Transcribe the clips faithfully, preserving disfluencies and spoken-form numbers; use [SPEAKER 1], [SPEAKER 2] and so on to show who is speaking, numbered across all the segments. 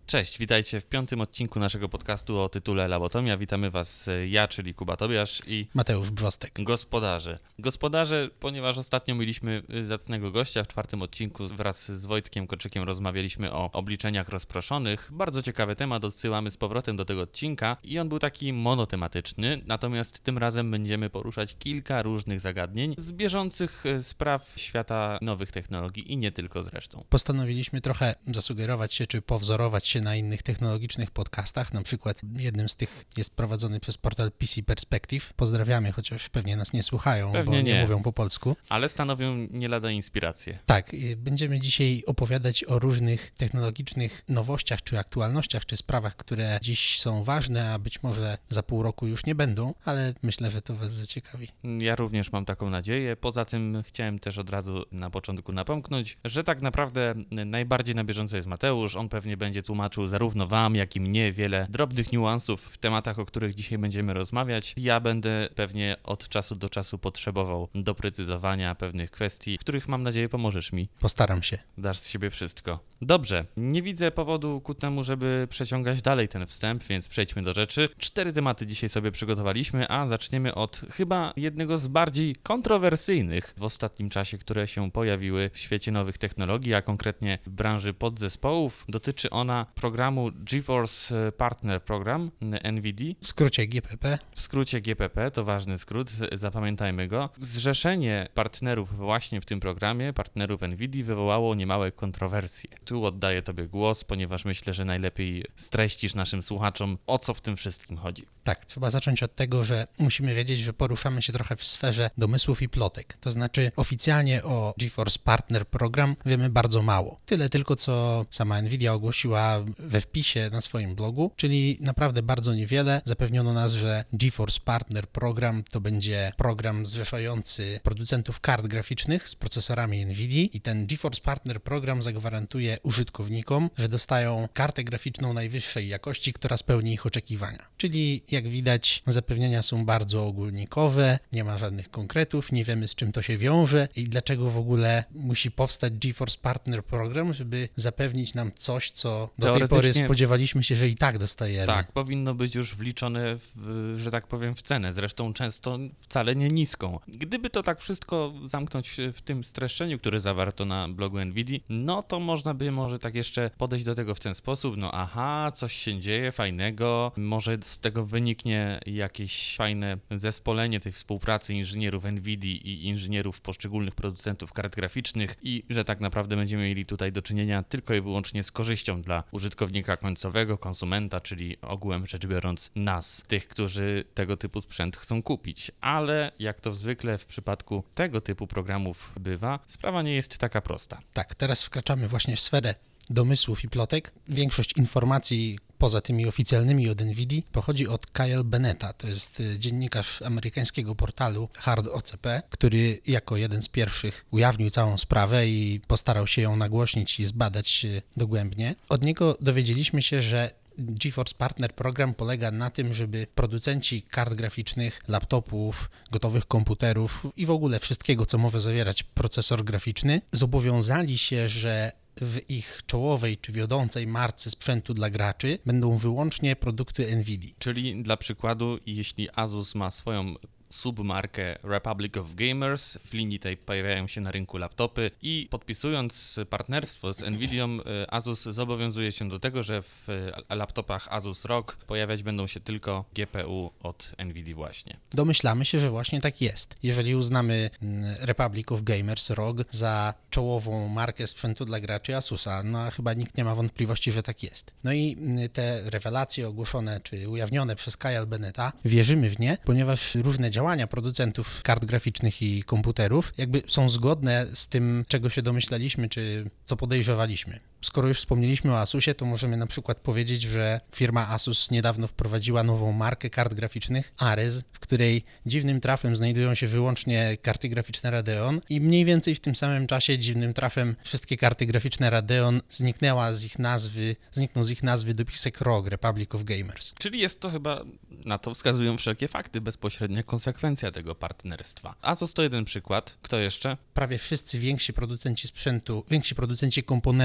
[SPEAKER 1] Cześć, witajcie w piątym odcinku naszego podcastu o tytule Labotomia. Witamy Was ja, czyli Kuba Tobiasz i
[SPEAKER 2] Mateusz Brzostek.
[SPEAKER 1] Gospodarze. Gospodarze, ponieważ ostatnio mieliśmy zacnego gościa w czwartym odcinku wraz z Wojtkiem Koczykiem rozmawialiśmy o obliczeniach rozproszonych. Bardzo ciekawy temat, odsyłamy z powrotem do tego odcinka i on był taki monotematyczny, natomiast tym razem będziemy poruszać kilka różnych zagadnień z bieżących spraw świata nowych technologii i nie tylko zresztą.
[SPEAKER 2] Postanowiliśmy trochę zasugerować się, czy powzorować się na innych technologicznych podcastach. Na przykład jednym z tych jest prowadzony przez portal P C Perspective. Pozdrawiamy, chociaż pewnie nas nie słuchają,
[SPEAKER 1] Pewnie
[SPEAKER 2] bo nie,
[SPEAKER 1] nie
[SPEAKER 2] mówią po polsku.
[SPEAKER 1] Ale stanowią nie lada inspirację.
[SPEAKER 2] Tak, będziemy dzisiaj opowiadać o różnych technologicznych nowościach, czy aktualnościach, czy sprawach, które dziś są ważne, a być może za pół roku już nie będą, ale myślę, że to Was zaciekawi.
[SPEAKER 1] Ja również mam taką nadzieję. Poza tym chciałem też od razu na początku napomknąć, że tak naprawdę najbardziej na bieżąco jest Mateusz. On pewnie będzie tłumaczył zarówno Wam, jak i mnie wiele drobnych niuansów w tematach, o których dzisiaj będziemy rozmawiać. Ja będę pewnie od czasu do czasu potrzebował doprecyzowania pewnych kwestii, w których mam nadzieję pomożesz mi.
[SPEAKER 2] Postaram się.
[SPEAKER 1] Dasz z siebie wszystko. Dobrze, nie widzę powodu ku temu, żeby przeciągać dalej ten wstęp, więc przejdźmy do rzeczy. Cztery tematy dzisiaj sobie przygotowaliśmy, a zaczniemy od chyba jednego z bardziej kontrowersyjnych w ostatnim czasie, które się pojawiły w świecie nowych technologii, a konkretnie w branży podzespołów. Dotyczy ona programu GeForce Partner Program N V D.
[SPEAKER 2] W skrócie G P P.
[SPEAKER 1] W skrócie G P P, to ważny skrót, zapamiętajmy go. Zrzeszenie partnerów właśnie w tym programie, partnerów N V D, wywołało niemałe kontrowersje. Tu oddaję Tobie głos, ponieważ myślę, że najlepiej streścisz naszym słuchaczom, o co w tym wszystkim chodzi.
[SPEAKER 2] Tak, trzeba zacząć od tego, że musimy wiedzieć, że poruszamy się trochę w sferze domysłów i plotek. To znaczy oficjalnie o GeForce Partner Program wiemy bardzo mało. Tyle tylko, co sama Nvidia ogłosiła we wpisie na swoim blogu, czyli naprawdę bardzo niewiele. Zapewniono nas, że GeForce Partner Program to będzie program zrzeszający producentów kart graficznych z procesorami Nvidia i ten GeForce Partner Program zagwarantuje użytkownikom, że dostają kartę graficzną najwyższej jakości, która spełni ich oczekiwania. Czyli jak widać, zapewnienia są bardzo ogólnikowe, nie ma żadnych konkretów, nie wiemy z czym to się wiąże i dlaczego w ogóle musi powstać GeForce Partner Program, żeby zapewnić nam coś, co do tej pory spodziewaliśmy się, że i tak dostajemy.
[SPEAKER 1] Tak, powinno być już wliczone, w, że tak powiem, w cenę, zresztą często wcale nie niską. Gdyby to tak wszystko zamknąć w tym streszczeniu, które zawarto na blogu Nvidia, no to można by może tak jeszcze podejść do tego w ten sposób, no aha, coś się dzieje fajnego, może z tego wyniknie jakieś fajne zespolenie tej współpracy inżynierów Nvidia i inżynierów poszczególnych producentów kart graficznych i że tak naprawdę będziemy mieli tutaj do czynienia tylko i wyłącznie z korzyścią dla użytkownika końcowego, konsumenta, czyli ogółem rzecz biorąc nas, tych, którzy tego typu sprzęt chcą kupić. Ale jak to zwykle w przypadku tego typu programów bywa, sprawa nie jest taka prosta.
[SPEAKER 2] Tak, teraz wkraczamy właśnie w sferę domysłów i plotek. Większość informacji poza tymi oficjalnymi od Nvidia pochodzi od Kyle Beneta. To jest dziennikarz amerykańskiego portalu Hard O C P, który jako jeden z pierwszych ujawnił całą sprawę i postarał się ją nagłośnić i zbadać dogłębnie. Od niego dowiedzieliśmy się, że GeForce Partner Program polega na tym, żeby producenci kart graficznych, laptopów, gotowych komputerów i w ogóle wszystkiego, co może zawierać procesor graficzny, zobowiązali się, że w ich czołowej czy wiodącej marce sprzętu dla graczy będą wyłącznie produkty Nvidia.
[SPEAKER 1] Czyli dla przykładu, jeśli Asus ma swoją submarkę Republic of Gamers, w linii tej pojawiają się na rynku laptopy i podpisując partnerstwo z Nvidią, Asus zobowiązuje się do tego, że w laptopach Asus R O G pojawiać będą się tylko G P U od Nvidia właśnie.
[SPEAKER 2] Domyślamy się, że właśnie tak jest. Jeżeli uznamy Republic of Gamers R O G za czołową markę sprzętu dla graczy Asusa, no chyba nikt nie ma wątpliwości, że tak jest. No i te rewelacje ogłoszone czy ujawnione przez Kyle Beneta, wierzymy w nie, ponieważ różne działania producentów kart graficznych i komputerów jakby są zgodne z tym, czego się domyślaliśmy, czy co podejrzewaliśmy. Skoro już wspomnieliśmy o Asusie, to możemy na przykład powiedzieć, że firma Asus niedawno wprowadziła nową markę kart graficznych Ares, w której dziwnym trafem znajdują się wyłącznie karty graficzne Radeon i mniej więcej w tym samym czasie dziwnym trafem wszystkie karty graficzne Radeon zniknęła z ich nazwy, zniknął z ich nazwy dopisek R O G, Republic of Gamers.
[SPEAKER 1] Czyli jest to chyba, na to wskazują wszelkie fakty, bezpośrednia konsekwencja tego partnerstwa. Asus to jeden przykład. Kto jeszcze?
[SPEAKER 2] Prawie wszyscy więksi producenci sprzętu, więksi producenci komponentów, czyli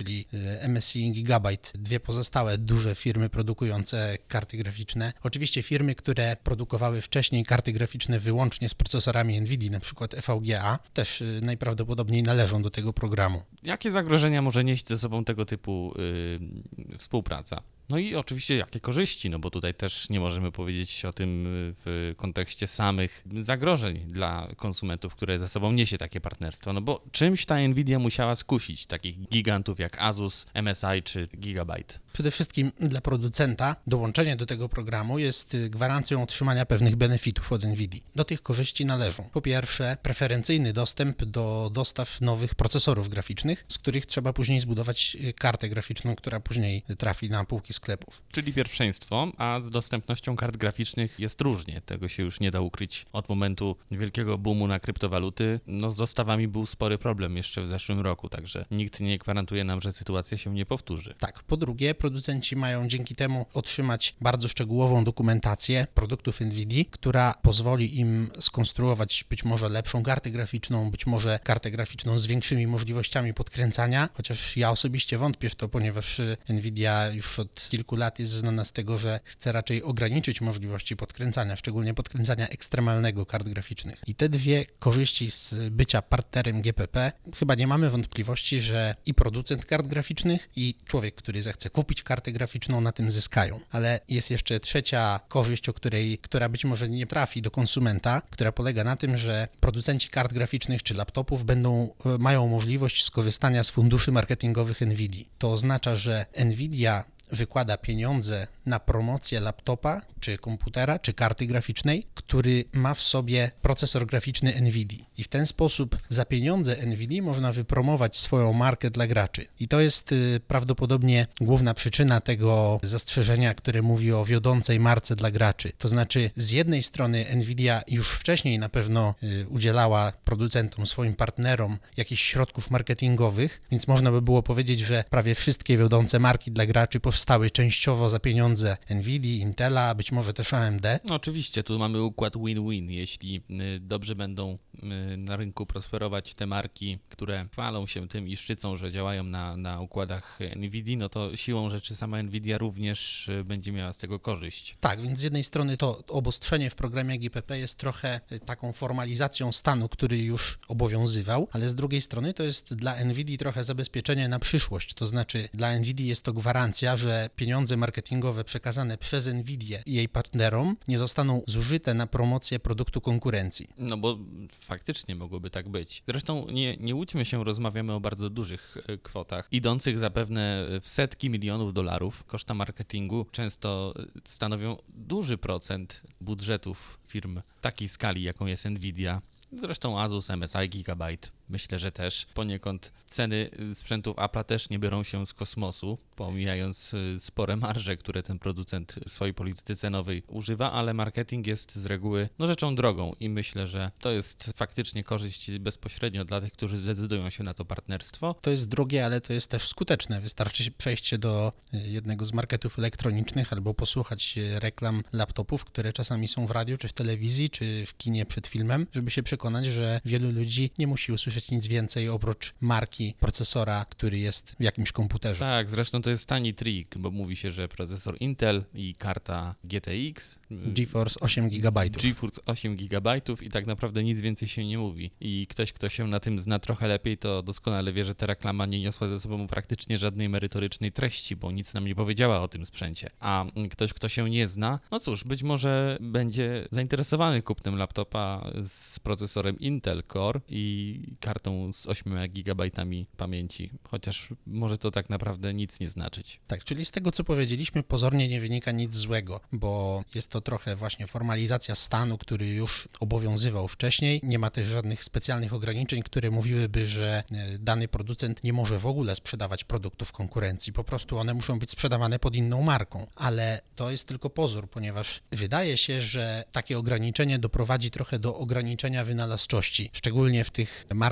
[SPEAKER 2] czyli M S I i Gigabyte, dwie pozostałe duże firmy produkujące karty graficzne. Oczywiście firmy, które produkowały wcześniej karty graficzne wyłącznie z procesorami NVIDIA, na przykład F V G A, też najprawdopodobniej należą do tego programu.
[SPEAKER 1] Jakie zagrożenia może nieść ze sobą tego typu yy, współpraca? No i oczywiście jakie korzyści, no bo tutaj też nie możemy powiedzieć o tym w kontekście samych zagrożeń dla konsumentów, które ze sobą niesie takie partnerstwo, no bo czymś ta Nvidia musiała skusić takich gigantów jak Asus, M S I czy Gigabyte.
[SPEAKER 2] Przede wszystkim dla producenta dołączenie do tego programu jest gwarancją otrzymania pewnych benefitów od NVIDII. Do tych korzyści należą po pierwsze preferencyjny dostęp do dostaw nowych procesorów graficznych, z których trzeba później zbudować kartę graficzną, która później trafi na półki sklepów.
[SPEAKER 1] Czyli pierwszeństwo, a z dostępnością kart graficznych jest różnie. Tego się już nie da ukryć. Od momentu wielkiego boomu na kryptowaluty, no z dostawami był spory problem jeszcze w zeszłym roku, także nikt nie gwarantuje nam, że sytuacja się nie powtórzy.
[SPEAKER 2] Tak, po drugie, producenci mają dzięki temu otrzymać bardzo szczegółową dokumentację produktów NVIDII, która pozwoli im skonstruować być może lepszą kartę graficzną, być może kartę graficzną z większymi możliwościami podkręcania, chociaż ja osobiście wątpię w to, ponieważ NVIDIA już od kilku lat jest znana z tego, że chce raczej ograniczyć możliwości podkręcania, szczególnie podkręcania ekstremalnego kart graficznych. I te dwie korzyści z bycia partnerem G P P, chyba nie mamy wątpliwości, że i producent kart graficznych, i człowiek, który zechce kupić kartę graficzną, na tym zyskają. Ale jest jeszcze trzecia korzyść, o której, która być może nie trafi do konsumenta, która polega na tym, że producenci kart graficznych czy laptopów będą, mają możliwość skorzystania z funduszy marketingowych NVIDII. To oznacza, że NVIDIA wykłada pieniądze na promocję laptopa, czy komputera, czy karty graficznej, który ma w sobie procesor graficzny NVIDII. I w ten sposób za pieniądze NVIDII można wypromować swoją markę dla graczy. I to jest y, prawdopodobnie główna przyczyna tego zastrzeżenia, które mówi o wiodącej marce dla graczy. To znaczy, z jednej strony NVIDIA już wcześniej na pewno y, udzielała producentom, swoim partnerom jakichś środków marketingowych, więc można by było powiedzieć, że prawie wszystkie wiodące marki dla graczy powstały częściowo za pieniądze NVIDII, Intela, być może też A M D.
[SPEAKER 1] No oczywiście, tu mamy układ win-win. Jeśli y, dobrze będą y, na rynku prosperować te marki, które chwalą się tym i szczycą, że działają na, na układach NVIDII, no to siłą rzeczy sama NVIDIA również y, będzie miała z tego korzyść.
[SPEAKER 2] Tak, więc z jednej strony to obostrzenie w programie G P P jest trochę taką formalizacją stanu, który już obowiązywał, ale z drugiej strony to jest dla NVIDII trochę zabezpieczenie na przyszłość. To znaczy dla NVIDII jest to gwarancja, że pieniądze marketingowe przekazane przez NVIDIę i jej partnerom nie zostaną zużyte na promocję produktu konkurencji.
[SPEAKER 1] No bo faktycznie mogłoby tak być. Zresztą nie, nie łudźmy się, rozmawiamy o bardzo dużych e, kwotach, idących zapewne w setki milionów dolarów. Koszta marketingu często stanowią duży procent budżetów firm takiej skali, jaką jest NVIDIA. Zresztą Asus, M S I, Gigabyte. Myślę, że też poniekąd ceny sprzętów Apple'a też nie biorą się z kosmosu, pomijając spore marże, które ten producent w swojej polityce cenowej używa, ale marketing jest z reguły no, rzeczą drogą i myślę, że to jest faktycznie korzyść bezpośrednio dla tych, którzy zdecydują się na to partnerstwo.
[SPEAKER 2] To jest drogie, ale to jest też skuteczne. Wystarczy przejść się do jednego z marketów elektronicznych albo posłuchać reklam laptopów, które czasami są w radiu, czy w telewizji, czy w kinie przed filmem, żeby się przekonać, że wielu ludzi nie musi usłyszeć nic więcej oprócz marki procesora, który jest w jakimś komputerze.
[SPEAKER 1] Tak, zresztą to jest tani trik, bo mówi się, że procesor Intel i karta G T X,
[SPEAKER 2] GeForce osiem gigabajtów.
[SPEAKER 1] GeForce osiem gigabajtów i tak naprawdę nic więcej się nie mówi. I ktoś, kto się na tym zna trochę lepiej, to doskonale wie, że ta reklama nie niosła ze sobą praktycznie żadnej merytorycznej treści, bo nic nam nie powiedziała o tym sprzęcie. A ktoś, kto się nie zna, no cóż, być może będzie zainteresowany kupnem laptopa z procesorem Intel Core i kartą z ośmioma gigabajtami pamięci, chociaż może to tak naprawdę nic nie znaczyć.
[SPEAKER 2] Tak, czyli z tego, co powiedzieliśmy, pozornie nie wynika nic złego, bo jest to trochę właśnie formalizacja stanu, który już obowiązywał wcześniej. Nie ma też żadnych specjalnych ograniczeń, które mówiłyby, że dany producent nie może w ogóle sprzedawać produktów konkurencji. Po prostu one muszą być sprzedawane pod inną marką. Ale to jest tylko pozór, ponieważ wydaje się, że takie ograniczenie doprowadzi trochę do ograniczenia wynalazczości, szczególnie w tych markach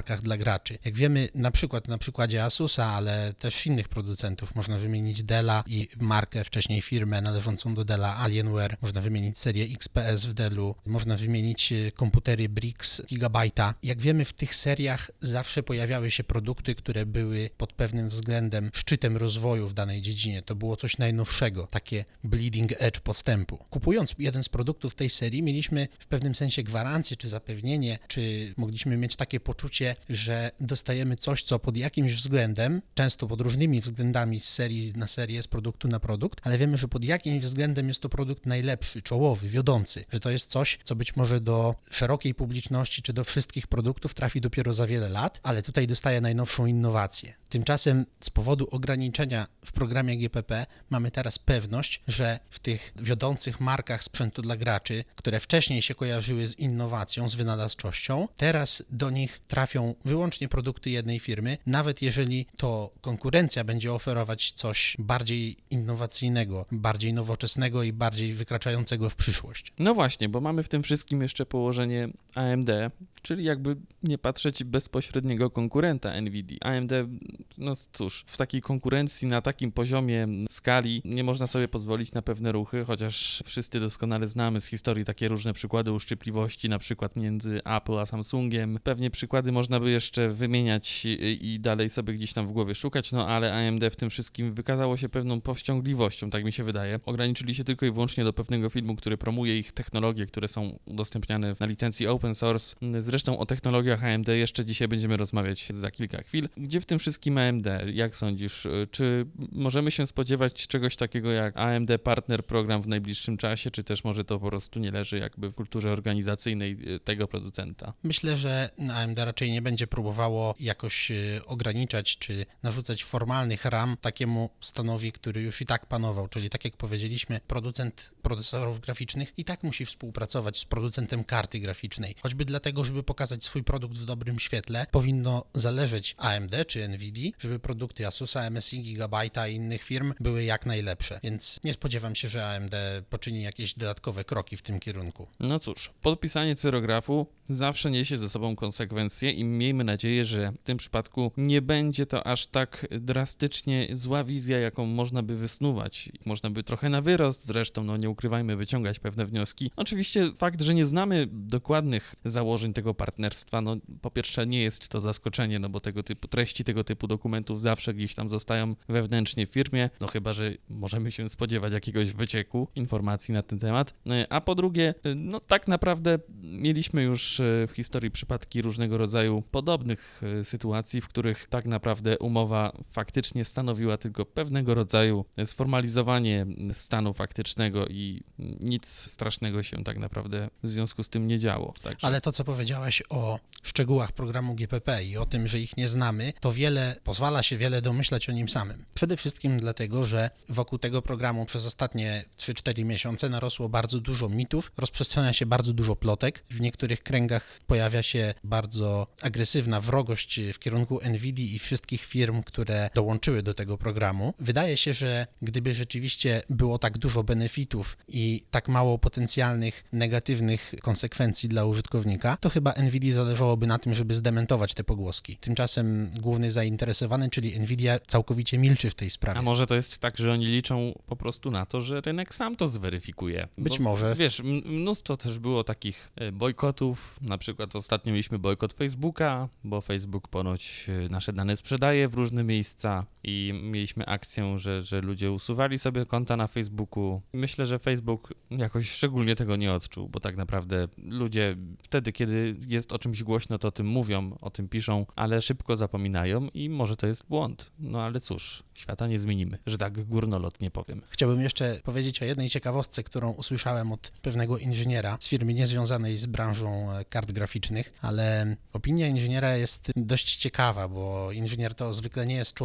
[SPEAKER 2] markach dla graczy. Jak wiemy, na przykład na przykładzie Asusa, ale też innych producentów, można wymienić Della i markę, wcześniej firmę należącą do Della, Alienware, można wymienić serię X P S w Dellu, można wymienić komputery Brix, Gigabyte'a. Jak wiemy, w tych seriach zawsze pojawiały się produkty, które były pod pewnym względem szczytem rozwoju w danej dziedzinie. To było coś najnowszego, takie bleeding edge postępu. Kupując jeden z produktów tej serii, mieliśmy w pewnym sensie gwarancję, czy zapewnienie, czy mogliśmy mieć takie poczucie, że dostajemy coś, co pod jakimś względem, często pod różnymi względami z serii na serię, z produktu na produkt, ale wiemy, że pod jakimś względem jest to produkt najlepszy, czołowy, wiodący, że to jest coś, co być może do szerokiej publiczności, czy do wszystkich produktów trafi dopiero za wiele lat, ale tutaj dostaje najnowszą innowację. Tymczasem z powodu ograniczenia w programie G P P mamy teraz pewność, że w tych wiodących markach sprzętu dla graczy, które wcześniej się kojarzyły z innowacją, z wynalazczością, teraz do nich trafią wyłącznie produkty jednej firmy, nawet jeżeli to konkurencja będzie oferować coś bardziej innowacyjnego, bardziej nowoczesnego i bardziej wykraczającego w przyszłość.
[SPEAKER 1] No właśnie, bo mamy w tym wszystkim jeszcze położenie A M D, czyli jakby nie patrzeć bezpośredniego konkurenta Nvidia. A M D, no cóż, w takiej konkurencji na takim poziomie skali nie można sobie pozwolić na pewne ruchy, chociaż wszyscy doskonale znamy z historii takie różne przykłady uszczypliwości, na przykład między Apple a Samsungiem. Pewnie przykłady można by jeszcze wymieniać i, i dalej sobie gdzieś tam w głowie szukać, no ale A M D w tym wszystkim wykazało się pewną powściągliwością, tak mi się wydaje. Ograniczyli się tylko i wyłącznie do pewnego filmu, który promuje ich technologie, które są udostępniane na licencji open source. Zresztą o technologiach A M D jeszcze dzisiaj będziemy rozmawiać za kilka chwil. Gdzie w tym wszystkim A M D? Jak sądzisz? Czy możemy się spodziewać czegoś takiego jak A M D Partner Program w najbliższym czasie, czy też może to po prostu nie leży jakby w kulturze organizacyjnej tego producenta?
[SPEAKER 2] Myślę, że A M D raczej nie będzie próbowało jakoś ograniczać czy narzucać formalnych ram takiemu stanowi, który już i tak panował, czyli tak jak powiedzieliśmy, producent procesorów graficznych i tak musi współpracować z producentem karty graficznej. Choćby dlatego, żeby pokazać swój produkt w dobrym świetle, powinno zależeć A M D czy Nvidia, żeby produkty Asusa, M S I, Gigabyte'a i innych firm były jak najlepsze, więc nie spodziewam się, że A M D poczyni jakieś dodatkowe kroki w tym kierunku.
[SPEAKER 1] No cóż, podpisanie cyrografu zawsze niesie ze sobą konsekwencje i miejmy nadzieję, że w tym przypadku nie będzie to aż tak drastycznie zła wizja, jaką można by wysnuwać. Można by trochę na wyrost zresztą, no nie ukrywajmy, wyciągać pewne wnioski. Oczywiście fakt, że nie znamy dokładnych założeń tego partnerstwa, no po pierwsze nie jest to zaskoczenie, no bo tego typu treści, tego typu dokumentów zawsze gdzieś tam zostają wewnętrznie w firmie, no chyba, że możemy się spodziewać jakiegoś wycieku informacji na ten temat. A po drugie, no tak naprawdę mieliśmy już w historii przypadki różnego rodzaju podobnych sytuacji, w których tak naprawdę umowa faktycznie stanowiła tylko pewnego rodzaju sformalizowanie stanu faktycznego i nic strasznego się tak naprawdę w związku z tym nie działo. Także...
[SPEAKER 2] Ale to, co powiedziałeś o szczegółach programu G P P i o tym, że ich nie znamy, to wiele, pozwala się wiele domyślać o nim samym. Przede wszystkim dlatego, że wokół tego programu przez ostatnie trzy cztery miesiące narosło bardzo dużo mitów, rozprzestrzenia się bardzo dużo plotek. W niektórych kręgach pojawia się bardzo agresywna wrogość w kierunku Nvidia i wszystkich firm, które dołączyły do tego programu. Wydaje się, że gdyby rzeczywiście było tak dużo benefitów i tak mało potencjalnych negatywnych konsekwencji dla użytkownika, to chyba Nvidia zależałoby na tym, żeby zdementować te pogłoski. Tymczasem główny zainteresowany, czyli Nvidia, całkowicie milczy w tej sprawie.
[SPEAKER 1] A może to jest tak, że oni liczą po prostu na to, że rynek sam to zweryfikuje?
[SPEAKER 2] Być
[SPEAKER 1] Bo,
[SPEAKER 2] może.
[SPEAKER 1] Wiesz, mnóstwo też było takich bojkotów, na przykład ostatnio mieliśmy bojkot Facebooka, bo Facebook ponoć nasze dane sprzedaje w różne miejsca i mieliśmy akcję, że, że ludzie usuwali sobie konta na Facebooku. Myślę, że Facebook jakoś szczególnie tego nie odczuł, bo tak naprawdę ludzie wtedy, kiedy jest o czymś głośno, to o tym mówią, o tym piszą, ale szybko zapominają i może to jest błąd. No ale cóż, świata nie zmienimy, że tak górnolotnie powiem.
[SPEAKER 2] Chciałbym jeszcze powiedzieć o jednej ciekawostce, którą usłyszałem od pewnego inżyniera z firmy niezwiązanej z branżą kart graficznych, ale opinia inżyniera jest dość ciekawa, bo inżynier to zwykle nie jest człowiek, który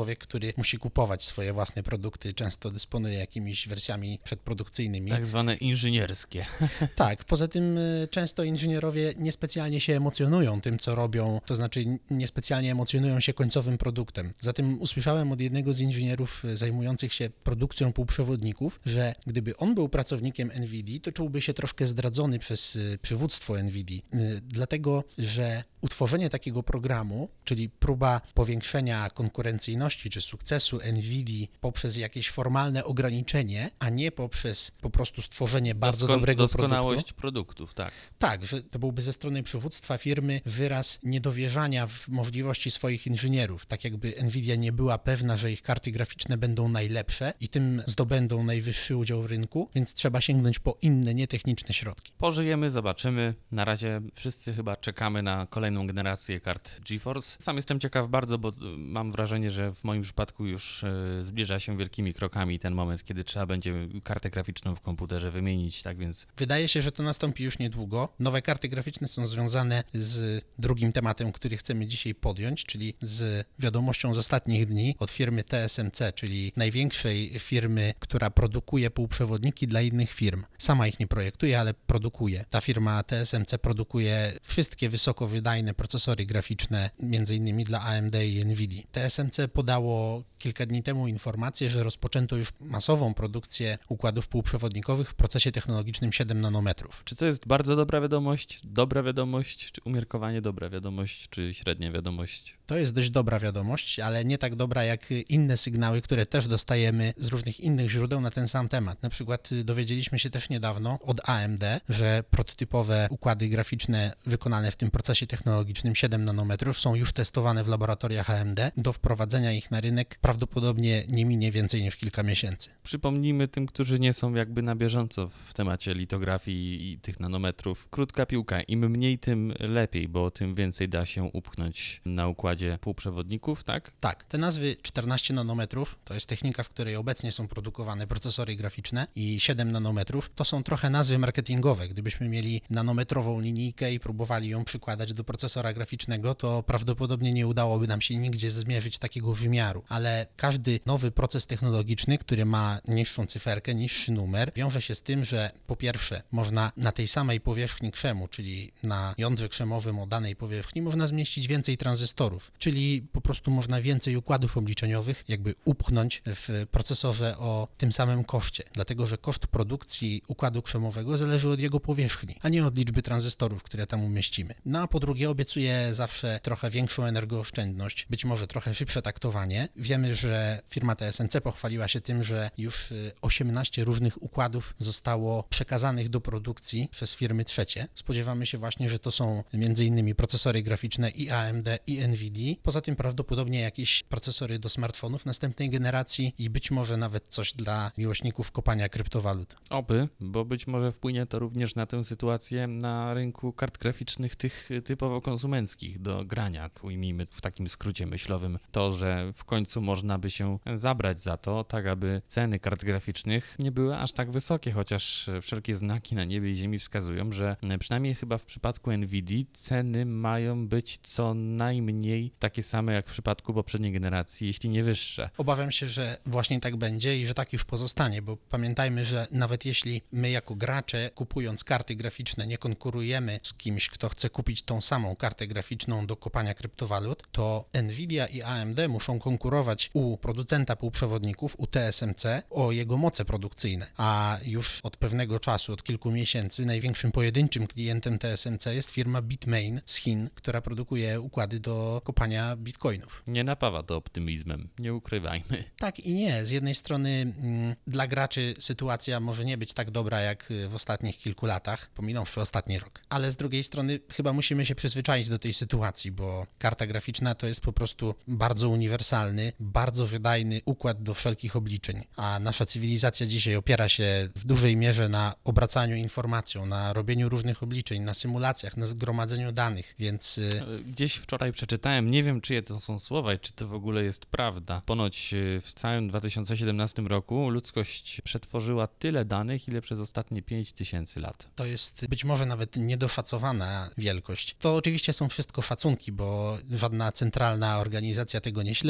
[SPEAKER 2] który musi kupować swoje własne produkty, często dysponuje jakimiś wersjami przedprodukcyjnymi.
[SPEAKER 1] Tak zwane inżynierskie.
[SPEAKER 2] Tak, poza tym y, często inżynierowie niespecjalnie się emocjonują tym, co robią, to znaczy niespecjalnie emocjonują się końcowym produktem. Zatem usłyszałem od jednego z inżynierów y, zajmujących się produkcją półprzewodników, że gdyby on był pracownikiem NVIDII, to czułby się troszkę zdradzony przez y, przywództwo NVIDII, y, dlatego, że utworzenie takiego programu, czyli próba powiększenia konkurencyjności czy sukcesu NVIDII poprzez jakieś formalne ograniczenie, a nie poprzez po prostu stworzenie bardzo
[SPEAKER 1] Doskon-
[SPEAKER 2] dobrego
[SPEAKER 1] doskonałość
[SPEAKER 2] produktu.
[SPEAKER 1] produktów, tak.
[SPEAKER 2] Tak, że to byłby ze strony przywództwa firmy wyraz niedowierzania w możliwości swoich inżynierów. Tak jakby NVIDIA nie była pewna, że ich karty graficzne będą najlepsze i tym zdobędą najwyższy udział w rynku, więc trzeba sięgnąć po inne, nietechniczne środki.
[SPEAKER 1] Pożyjemy, zobaczymy. Na razie wszyscy chyba czekamy na kolejną generację kart GeForce. Sam jestem ciekaw bardzo, bo mam wrażenie, że w moim przypadku już e, zbliża się wielkimi krokami ten moment, kiedy trzeba będzie kartę graficzną w komputerze wymienić, tak więc
[SPEAKER 2] Wydaje się, że to nastąpi już niedługo. Nowe karty graficzne są związane z drugim tematem, który chcemy dzisiaj podjąć, czyli z wiadomością z ostatnich dni od firmy T S M C, czyli największej firmy, która produkuje półprzewodniki dla innych firm. Sama ich nie projektuje, ale produkuje. Ta firma T S M C produkuje wszystkie wysokowydajne procesory graficzne, między innymi dla A M D i NVIDII. T S M C podało kilka dni temu informację, że rozpoczęto już masową produkcję układów półprzewodnikowych w procesie technologicznym siedem nanometrów.
[SPEAKER 1] czy to jest bardzo dobra wiadomość, dobra wiadomość, czy umiarkowanie dobra wiadomość, czy średnia wiadomość?
[SPEAKER 2] To jest dość dobra wiadomość, ale nie tak dobra jak inne sygnały, które też dostajemy z różnych innych źródeł na ten sam temat. Na przykład dowiedzieliśmy się też niedawno od A M D, że prototypowe układy graficzne wykonane w tym procesie technologicznym siedem nanometrów są już testowane w laboratoriach A M D. Do wprowadzenia ich na rynek prawdopodobnie nie minie więcej niż kilka miesięcy.
[SPEAKER 1] Przypomnijmy tym, którzy nie są jakby na bieżąco w temacie litografii i tych nanometrów. Krótka piłka, im mniej, tym lepiej, bo tym więcej da się upchnąć na układzie półprzewodników, tak?
[SPEAKER 2] Tak, te nazwy czternaście nanometrów to jest technika, w której obecnie są produkowane procesory graficzne i siedem nanometrów to są trochę nazwy marketingowe. Gdybyśmy mieli nanometrową linijkę i próbowali ją przykładać do procesora graficznego, to prawdopodobnie nie udałoby nam się nigdzie zmierzyć takiego wymiaru, ale każdy nowy proces technologiczny, który ma niższą cyferkę, niższy numer, wiąże się z tym, że po pierwsze można na tej samej powierzchni krzemu, czyli na jądrze krzemowym o danej powierzchni, można zmieścić więcej tranzystorów, czyli po prostu można więcej układów obliczeniowych jakby upchnąć w procesorze o tym samym koszcie, dlatego że koszt produkcji układu krzemowego zależy od jego powierzchni, a nie od liczby tranzystorów, które tam umieścimy. No a po drugie obiecuje zawsze trochę większą energooszczędność, być może trochę szybsze taktowanie. Wiemy, że firma T S M C pochwaliła się tym, że już osiemnaście różnych układów zostało przekazanych do produkcji przez firmy trzecie. Spodziewamy się właśnie, że to są między innymi procesory graficzne i A M D i NVIDII. Poza tym prawdopodobnie jakieś procesory do smartfonów następnej generacji i być może nawet coś dla miłośników kopania kryptowalut.
[SPEAKER 1] Oby, bo być może wpłynie to również na tę sytuację na rynku kart graficznych tych typowo konsumenckich do grania, ujmijmy w takim skrócie myślowym, to, że w końcu można by się zabrać za to, tak aby ceny kart graficznych nie były aż tak wysokie, chociaż wszelkie znaki na niebie i ziemi wskazują, że przynajmniej chyba w przypadku NVIDII ceny mają być co najmniej takie same jak w przypadku poprzedniej generacji, jeśli nie wyższe.
[SPEAKER 2] Obawiam się, że właśnie tak będzie i że tak już pozostanie, bo pamiętajmy, że nawet jeśli my jako gracze kupując karty graficzne nie konkurujemy z kimś, kto chce kupić tą samą kartę graficzną do kopania kryptowalut, to NVIDIA i A M D muszą konkurować u producenta półprzewodników, u T S M C o jego moce produkcyjne, a już od pewnego czasu, od kilku miesięcy największym pojedynczym klientem T S M C jest firma Bitmain z Chin, która produkuje układy do kopania bitcoinów.
[SPEAKER 1] Nie napawa to optymizmem, nie ukrywajmy.
[SPEAKER 2] Tak i nie. Z jednej strony mm, dla graczy sytuacja może nie być tak dobra jak w ostatnich kilku latach, pominąwszy ostatni rok, ale z drugiej strony chyba musimy się przyzwyczaić do tej sytuacji, bo karta graficzna to jest po prostu bardzo uniwersalny, bardzo wydajny układ do wszelkich obliczeń, a nasza cywilizacja dzisiaj opiera się w dużej mierze na obracaniu informacją, na robieniu różnych obliczeń, na symulacjach, na zgromadzeniu danych, więc...
[SPEAKER 1] Gdzieś wczoraj przeczytałem, nie wiem czyje to są słowa i czy to w ogóle jest prawda. Ponoć w całym dwa tysiące siedemnastym roku ludzkość przetworzyła tyle danych, ile przez ostatnie pięć tysięcy lat.
[SPEAKER 2] To jest być może nawet niedoszacowana wielkość. To oczywiście są wszystko szacunki, bo żadna centralna organizacja tego nie śledzi.
[SPEAKER 1] Myślę,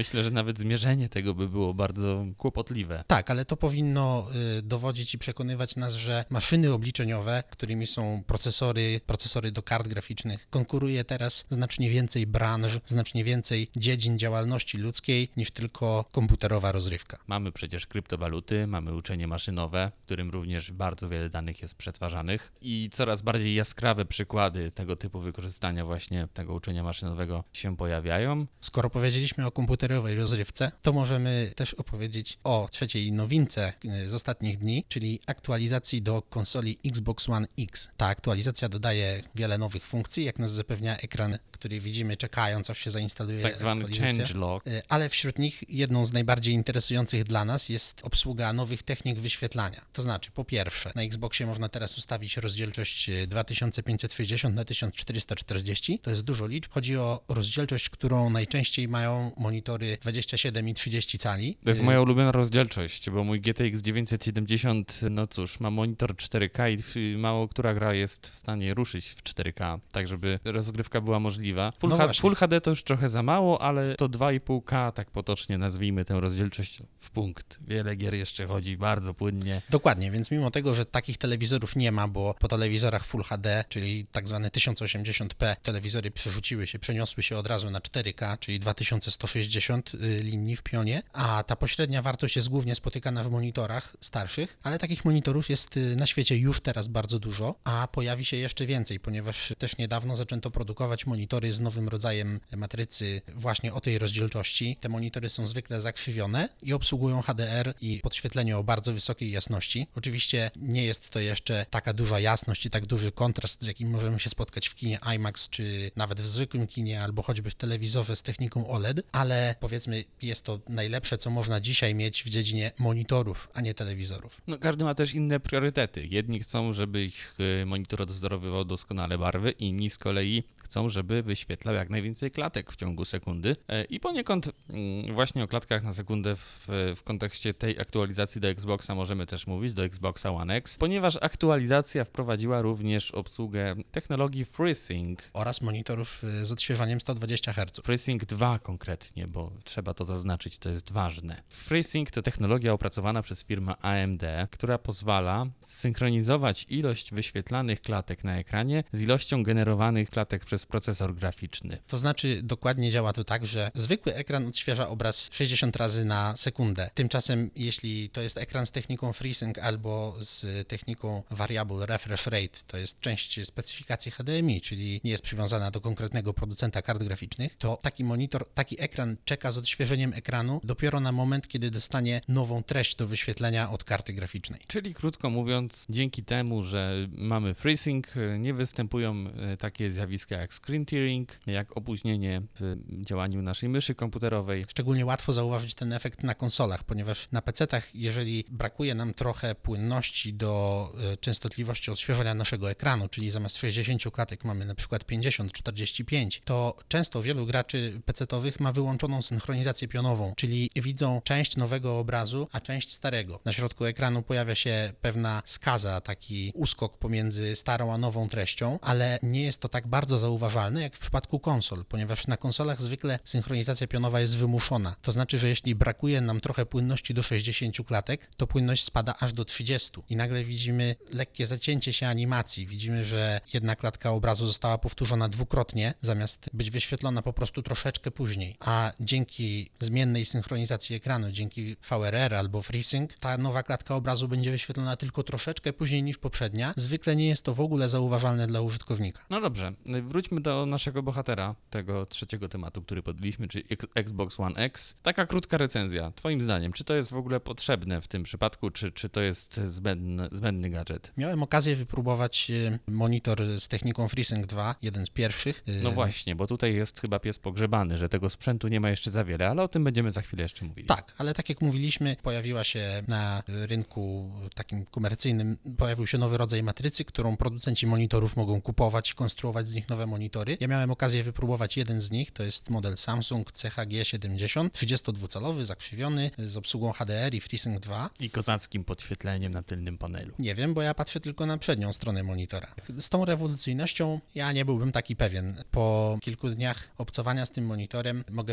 [SPEAKER 1] Myślę, że nawet zmierzenie tego by było bardzo kłopotliwe.
[SPEAKER 2] Tak, ale to powinno y, dowodzić i przekonywać nas, że maszyny obliczeniowe, którymi są procesory, procesory do kart graficznych, konkuruje teraz znacznie więcej branż, znacznie więcej dziedzin działalności ludzkiej niż tylko komputerowa rozrywka.
[SPEAKER 1] Mamy przecież kryptowaluty, mamy uczenie maszynowe, w którym również bardzo wiele danych jest przetwarzanych i coraz bardziej jaskrawe przykłady tego typu wykorzystania właśnie tego uczenia maszynowego się pojawiają.
[SPEAKER 2] Skoro powiedzieliśmy o komputerowej rozrywce, to możemy też opowiedzieć o trzeciej nowince z ostatnich dni, czyli aktualizacji do konsoli Xbox One X. Ta aktualizacja dodaje wiele nowych funkcji, jak nas zapewnia ekran, który widzimy czekając, aż się zainstaluje
[SPEAKER 1] Tak zwany
[SPEAKER 2] aktualizacja.
[SPEAKER 1] changelog.
[SPEAKER 2] Ale wśród nich jedną z najbardziej interesujących dla nas jest obsługa nowych technik wyświetlania. To znaczy, po pierwsze, na Xboxie można teraz ustawić rozdzielczość dwa tysiące pięćset sześćdziesiąt na tysiąc czterysta czterdzieści. To jest dużo liczb. Chodzi o rozdzielczość, którą najczęściej mają monitory dwadzieścia siedem i trzydzieści cali.
[SPEAKER 1] To jest moja ulubiona rozdzielczość, bo mój G T X dziewięćset siedemdziesiąt, no cóż, ma monitor cztery K i mało która gra jest w stanie ruszyć w cztery K, tak żeby rozgrywka była możliwa. Full,
[SPEAKER 2] No
[SPEAKER 1] H-
[SPEAKER 2] właśnie.
[SPEAKER 1] Full H D to już trochę za mało, ale to dwa i pół K, tak potocznie nazwijmy tę rozdzielczość w punkt. Wiele gier jeszcze chodzi bardzo płynnie.
[SPEAKER 2] Dokładnie, więc mimo tego, że takich telewizorów nie ma, bo po telewizorach Full H D, czyli tak zwane tysiąc osiemdziesiąt p, telewizory przerzuciły się, przeniosły się od razu na cztery K, czyli dwa tysiące sto sześćdziesiąt y, linii w pionie, a ta pośrednia wartość jest głównie spotykana w monitorach starszych, ale takich monitorów jest y, na świecie już teraz bardzo dużo, a pojawi się jeszcze więcej, ponieważ też niedawno zaczęto produkować monitory z nowym rodzajem matrycy właśnie o tej rozdzielczości. Te monitory są zwykle zakrzywione i obsługują H D R i podświetlenie o bardzo wysokiej jasności. Oczywiście nie jest to jeszcze taka duża jasność i tak duży kontrast, z jakim możemy się spotkać w kinie IMAX, czy nawet w zwykłym kinie, albo choćby w telewizorze z techniką O L E D, ale powiedzmy jest to najlepsze, co można dzisiaj mieć w dziedzinie monitorów, a nie telewizorów.
[SPEAKER 1] No każdy ma też inne priorytety. Jedni chcą, żeby ich y, monitor odwzorowywał doskonale barwy, inni z kolei chcą, żeby wyświetlał jak najwięcej klatek w ciągu sekundy. E, I poniekąd mm, właśnie o klatkach na sekundę w, w kontekście tej aktualizacji do Xboxa możemy też mówić, do Xboxa One X, ponieważ aktualizacja wprowadziła również obsługę technologii FreeSync.
[SPEAKER 2] Oraz monitorów y, z odświeżaniem sto dwadzieścia herców.
[SPEAKER 1] FreeSync dwa konkretnie, bo trzeba to zaznaczyć, to jest ważne. FreeSync to technologia opracowana przez firmę A M D, która pozwala synchronizować ilość wyświetlanych klatek na ekranie z ilością generowanych klatek przez procesor graficzny.
[SPEAKER 2] To znaczy dokładnie działa to tak, że zwykły ekran odświeża obraz sześćdziesiąt razy na sekundę. Tymczasem jeśli to jest ekran z techniką FreeSync albo z techniką Variable Refresh Rate, to jest część specyfikacji H D M I, czyli nie jest przywiązana do konkretnego producenta kart graficznych, to taki monitor, taki ekran czeka z odświeżeniem ekranu dopiero na moment, kiedy dostanie nową treść do wyświetlenia od karty graficznej.
[SPEAKER 1] Czyli krótko mówiąc, dzięki temu, że mamy FreeSync, nie występują takie zjawiska jak screen tearing, jak opóźnienie w działaniu naszej myszy komputerowej.
[SPEAKER 2] Szczególnie łatwo zauważyć ten efekt na konsolach, ponieważ na pecetach, jeżeli brakuje nam trochę płynności do y, częstotliwości odświeżania naszego ekranu, czyli zamiast sześćdziesiąt klatek mamy na przykład pięćdziesiąt czterdzieści pięć, to często wielu graczy pecetowych ma wyłączoną synchronizację pionową, czyli widzą część nowego obrazu, a część starego. Na środku ekranu pojawia się pewna skaza, taki uskok pomiędzy starą a nową treścią, ale nie jest to tak bardzo zauważalne jak w przypadku konsol, ponieważ na konsolach zwykle synchronizacja pionowa jest wymuszona. To znaczy, że jeśli brakuje nam trochę płynności do sześćdziesięciu klatek, to płynność spada aż do trzydziestu i nagle widzimy lekkie zacięcie się animacji. Widzimy, że jedna klatka obrazu została powtórzona dwukrotnie, zamiast być wyświetlona po prostu troszeczkę później. A dzięki zmiennej synchronizacji ekranu, dzięki V R R albo FreeSync, ta nowa klatka obrazu będzie wyświetlona tylko troszeczkę później niż poprzednia. Zwykle nie jest to w ogóle zauważalne dla użytkownika.
[SPEAKER 1] No dobrze, wróćmy do naszego bohatera, tego trzeciego tematu, który podjęliśmy, czyli X- Xbox One X. Taka krótka recenzja. Twoim zdaniem, czy to jest w ogóle potrzebne w tym przypadku, czy, czy to jest zbędny, zbędny gadżet?
[SPEAKER 2] Miałem okazję wypróbować y, monitor z techniką FreeSync dwa, jeden z pierwszych. Y,
[SPEAKER 1] No właśnie, bo tutaj jest chyba pies pogrzebany, że tego sprzętu nie ma jeszcze za wiele, ale o tym będziemy za chwilę jeszcze mówili.
[SPEAKER 2] Tak, ale tak jak mówiliśmy, pojawiła się na rynku takim komercyjnym, pojawił się nowy rodzaj matrycy, którą producenci monitorów mogą kupować i konstruować z nich nowe monitory. Ja miałem okazję wypróbować jeden z nich, to jest model Samsung C H G siedemdziesiąt, trzydziestodwucalowy, zakrzywiony, z obsługą H D R i FreeSync dwa.
[SPEAKER 1] I kozackim podświetleniem na tylnym panelu.
[SPEAKER 2] Nie wiem, bo ja patrzę tylko na przednią stronę monitora. Z tą rewolucyjnością ja nie byłbym taki pewien. Po kilku dniach obcowania z tym monitorem mogę powiedzieć,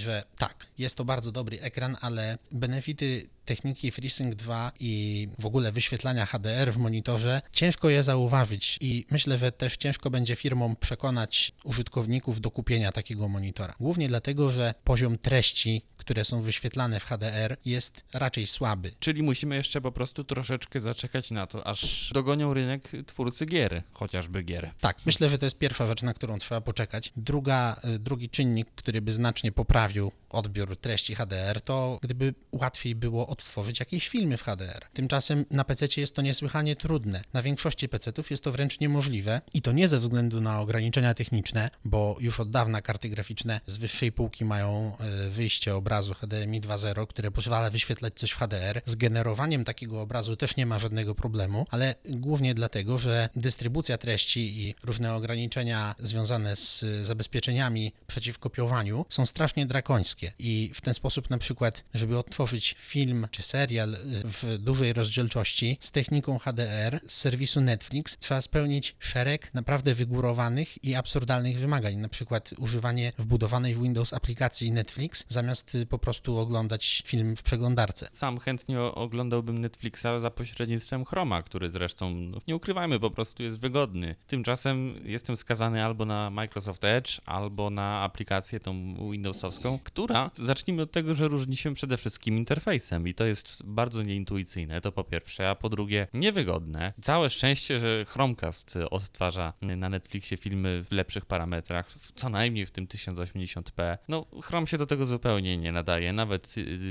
[SPEAKER 2] że tak, jest to bardzo dobry ekran, ale benefity techniki FreeSync dwa i w ogóle wyświetlania H D R w monitorze, ciężko je zauważyć i myślę, że też ciężko będzie firmom przekonać użytkowników do kupienia takiego monitora. Głównie dlatego, że poziom treści, które są wyświetlane w H D R, jest raczej słaby.
[SPEAKER 1] Czyli musimy jeszcze po prostu troszeczkę zaczekać na to, aż dogonią rynek twórcy gier, chociażby gier.
[SPEAKER 2] Tak, myślę, że to jest pierwsza rzecz, na którą trzeba poczekać. Druga, drugi czynnik, który by znacznie poprawił odbiór treści H D R, to gdyby łatwiej było odtworzyć jakieś filmy w H D R. Tymczasem na pececie jest to niesłychanie trudne. Na większości pecetów jest to wręcz niemożliwe i to nie ze względu na ograniczenia techniczne, bo już od dawna karty graficzne z wyższej półki mają wyjście obrazu H D M I dwa zero, które pozwala wyświetlać coś w H D R. Z generowaniem takiego obrazu też nie ma żadnego problemu, ale głównie dlatego, że dystrybucja treści i różne ograniczenia związane z zabezpieczeniami przeciw kopiowaniu są strasznie drakońskie i w ten sposób na przykład, żeby odtworzyć film czy serial w dużej rozdzielczości z techniką H D R z serwisu Netflix trzeba spełnić szereg naprawdę wygórowanych i absurdalnych wymagań, na przykład używanie wbudowanej w Windows aplikacji Netflix zamiast po prostu oglądać film w przeglądarce.
[SPEAKER 1] Sam chętnie oglądałbym Netflixa za pośrednictwem Chroma, który zresztą, no, nie ukrywajmy, po prostu jest wygodny. Tymczasem jestem skazany albo na Microsoft Edge, albo na aplikację tą Windowsowską, która, zacznijmy od tego, że różni się przede wszystkim interfejsem i to jest bardzo nieintuicyjne, to po pierwsze, a po drugie niewygodne. Całe szczęście, że Chromecast odtwarza na Netflixie filmy w lepszych parametrach, co najmniej w tym tysiąc osiemdziesiąt p. No, Chrome się do tego zupełnie nie nadaje, nawet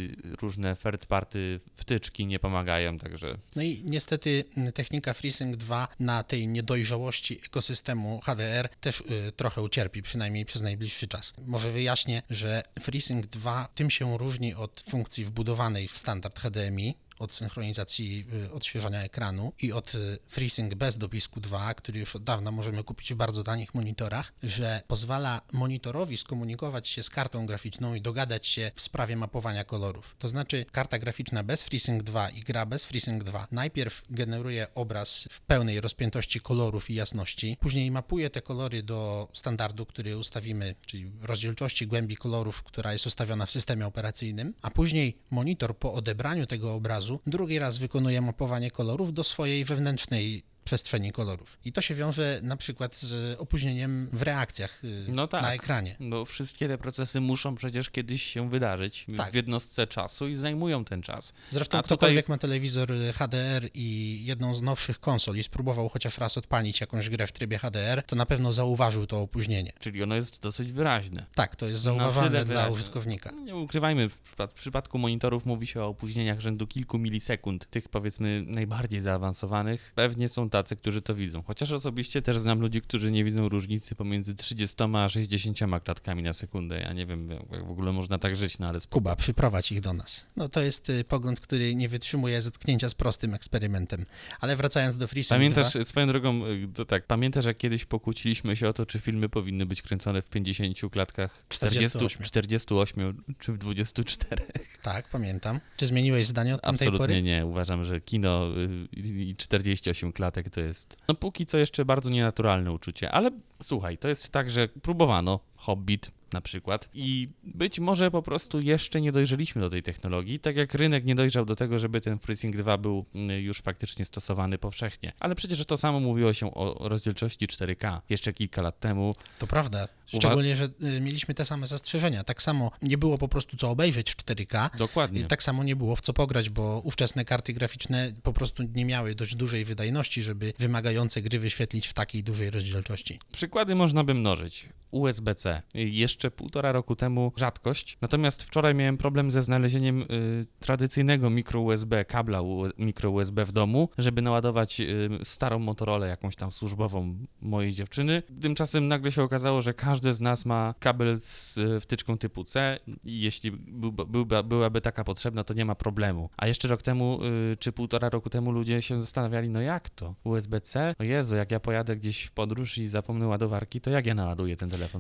[SPEAKER 1] różne third party wtyczki nie pomagają, także...
[SPEAKER 2] No i niestety technika FreeSync dwa na tej niedojrzałości ekosystemu H D R też y, trochę ucierpi, przynajmniej przez najbliższy czas. Może wyjaśnię, że FreeSync dwa tym się różni od funkcji wbudowanej w standard H D M I, od synchronizacji y, odświeżania ekranu i od y, FreeSync bez dopisku dwa, który już od dawna możemy kupić w bardzo tanich monitorach, że pozwala monitorowi skomunikować się z kartą graficzną i dogadać się w sprawie mapowania kolorów. To znaczy karta graficzna bez FreeSync dwa i gra bez FreeSync dwa najpierw generuje obraz w pełnej rozpiętości kolorów i jasności, później mapuje te kolory do standardu, który ustawimy, czyli rozdzielczości głębi kolorów, która jest ustawiona w systemie operacyjnym, a później monitor po odebraniu tego obrazu drugi raz wykonuje mapowanie kolorów do swojej wewnętrznej przestrzeni kolorów. I to się wiąże na przykład z opóźnieniem w reakcjach
[SPEAKER 1] no tak,
[SPEAKER 2] na ekranie.
[SPEAKER 1] Bo wszystkie te procesy muszą przecież kiedyś się wydarzyć
[SPEAKER 2] tak.
[SPEAKER 1] w jednostce czasu i zajmują ten czas.
[SPEAKER 2] Zresztą
[SPEAKER 1] A
[SPEAKER 2] ktokolwiek
[SPEAKER 1] tutaj...
[SPEAKER 2] ma telewizor H D R i jedną z nowszych konsol i spróbował chociaż raz odpalić jakąś grę w trybie H D R, to na pewno zauważył to opóźnienie.
[SPEAKER 1] Czyli ono jest dosyć wyraźne.
[SPEAKER 2] Tak, to jest zauważalne dla
[SPEAKER 1] wyraźne.
[SPEAKER 2] użytkownika.
[SPEAKER 1] Nie ukrywajmy, w, przypad- w przypadku monitorów mówi się o opóźnieniach rzędu kilku milisekund. Tych powiedzmy najbardziej zaawansowanych. Pewnie są tacy, którzy to widzą. Chociaż osobiście też znam ludzi, którzy nie widzą różnicy pomiędzy trzydziestoma a sześćdziesięcioma klatkami na sekundę. Ja nie wiem, jak w ogóle można tak żyć, no ale... Spoko.
[SPEAKER 2] Kuba, przyprowadź ich do nas. No to jest y, pogląd, który nie wytrzymuje zetknięcia z prostym eksperymentem. Ale wracając do FreeSync
[SPEAKER 1] Pamiętasz,
[SPEAKER 2] dwa...
[SPEAKER 1] swoją drogą, y, to tak, pamiętasz jak kiedyś pokłóciliśmy się o to, czy filmy powinny być kręcone w pięćdziesięciu klatkach, czterdziestu, czterdziestu ośmiu czy w dwudziestu czterech?
[SPEAKER 2] Tak, pamiętam. Czy zmieniłeś zdanie od tamtej
[SPEAKER 1] Absolutnie
[SPEAKER 2] pory?
[SPEAKER 1] nie. Uważam, że kino y, i czterdzieści osiem klatek to jest, no póki co jeszcze bardzo nienaturalne uczucie, ale słuchaj, to jest tak, że próbowano Hobbit na przykład i być może po prostu jeszcze nie dojrzeliśmy do tej technologii, tak jak rynek nie dojrzał do tego, żeby ten FreeSync dwa był już faktycznie stosowany powszechnie. Ale przecież to samo mówiło się o rozdzielczości cztery K jeszcze kilka lat temu.
[SPEAKER 2] To prawda, szczególnie, że y, mieliśmy te same zastrzeżenia. Tak samo nie było po prostu co obejrzeć w cztery K.
[SPEAKER 1] Dokładnie.
[SPEAKER 2] I tak samo nie było w co pograć, bo ówczesne karty graficzne po prostu nie miały dość dużej wydajności, żeby wymagające gry wyświetlić w takiej dużej rozdzielczości.
[SPEAKER 1] Przykłady można by mnożyć. U S B C. Jeszcze półtora roku temu rzadkość. Natomiast wczoraj miałem problem ze znalezieniem y, tradycyjnego mikro U S B, kabla U, mikro U S B w domu, żeby naładować y, starą Motorolę jakąś tam służbową mojej dziewczyny. Tymczasem nagle się okazało, że każdy z nas ma kabel z y, wtyczką typu C i jeśli był, byłby, byłaby taka potrzebna, to nie ma problemu. A jeszcze rok temu, y, czy półtora roku temu ludzie się zastanawiali, no jak to? U S B C? O Jezu, jak ja pojadę gdzieś w podróż i zapomnę ładowarki, to jak ja naładuję ten telefon?
[SPEAKER 2] W takim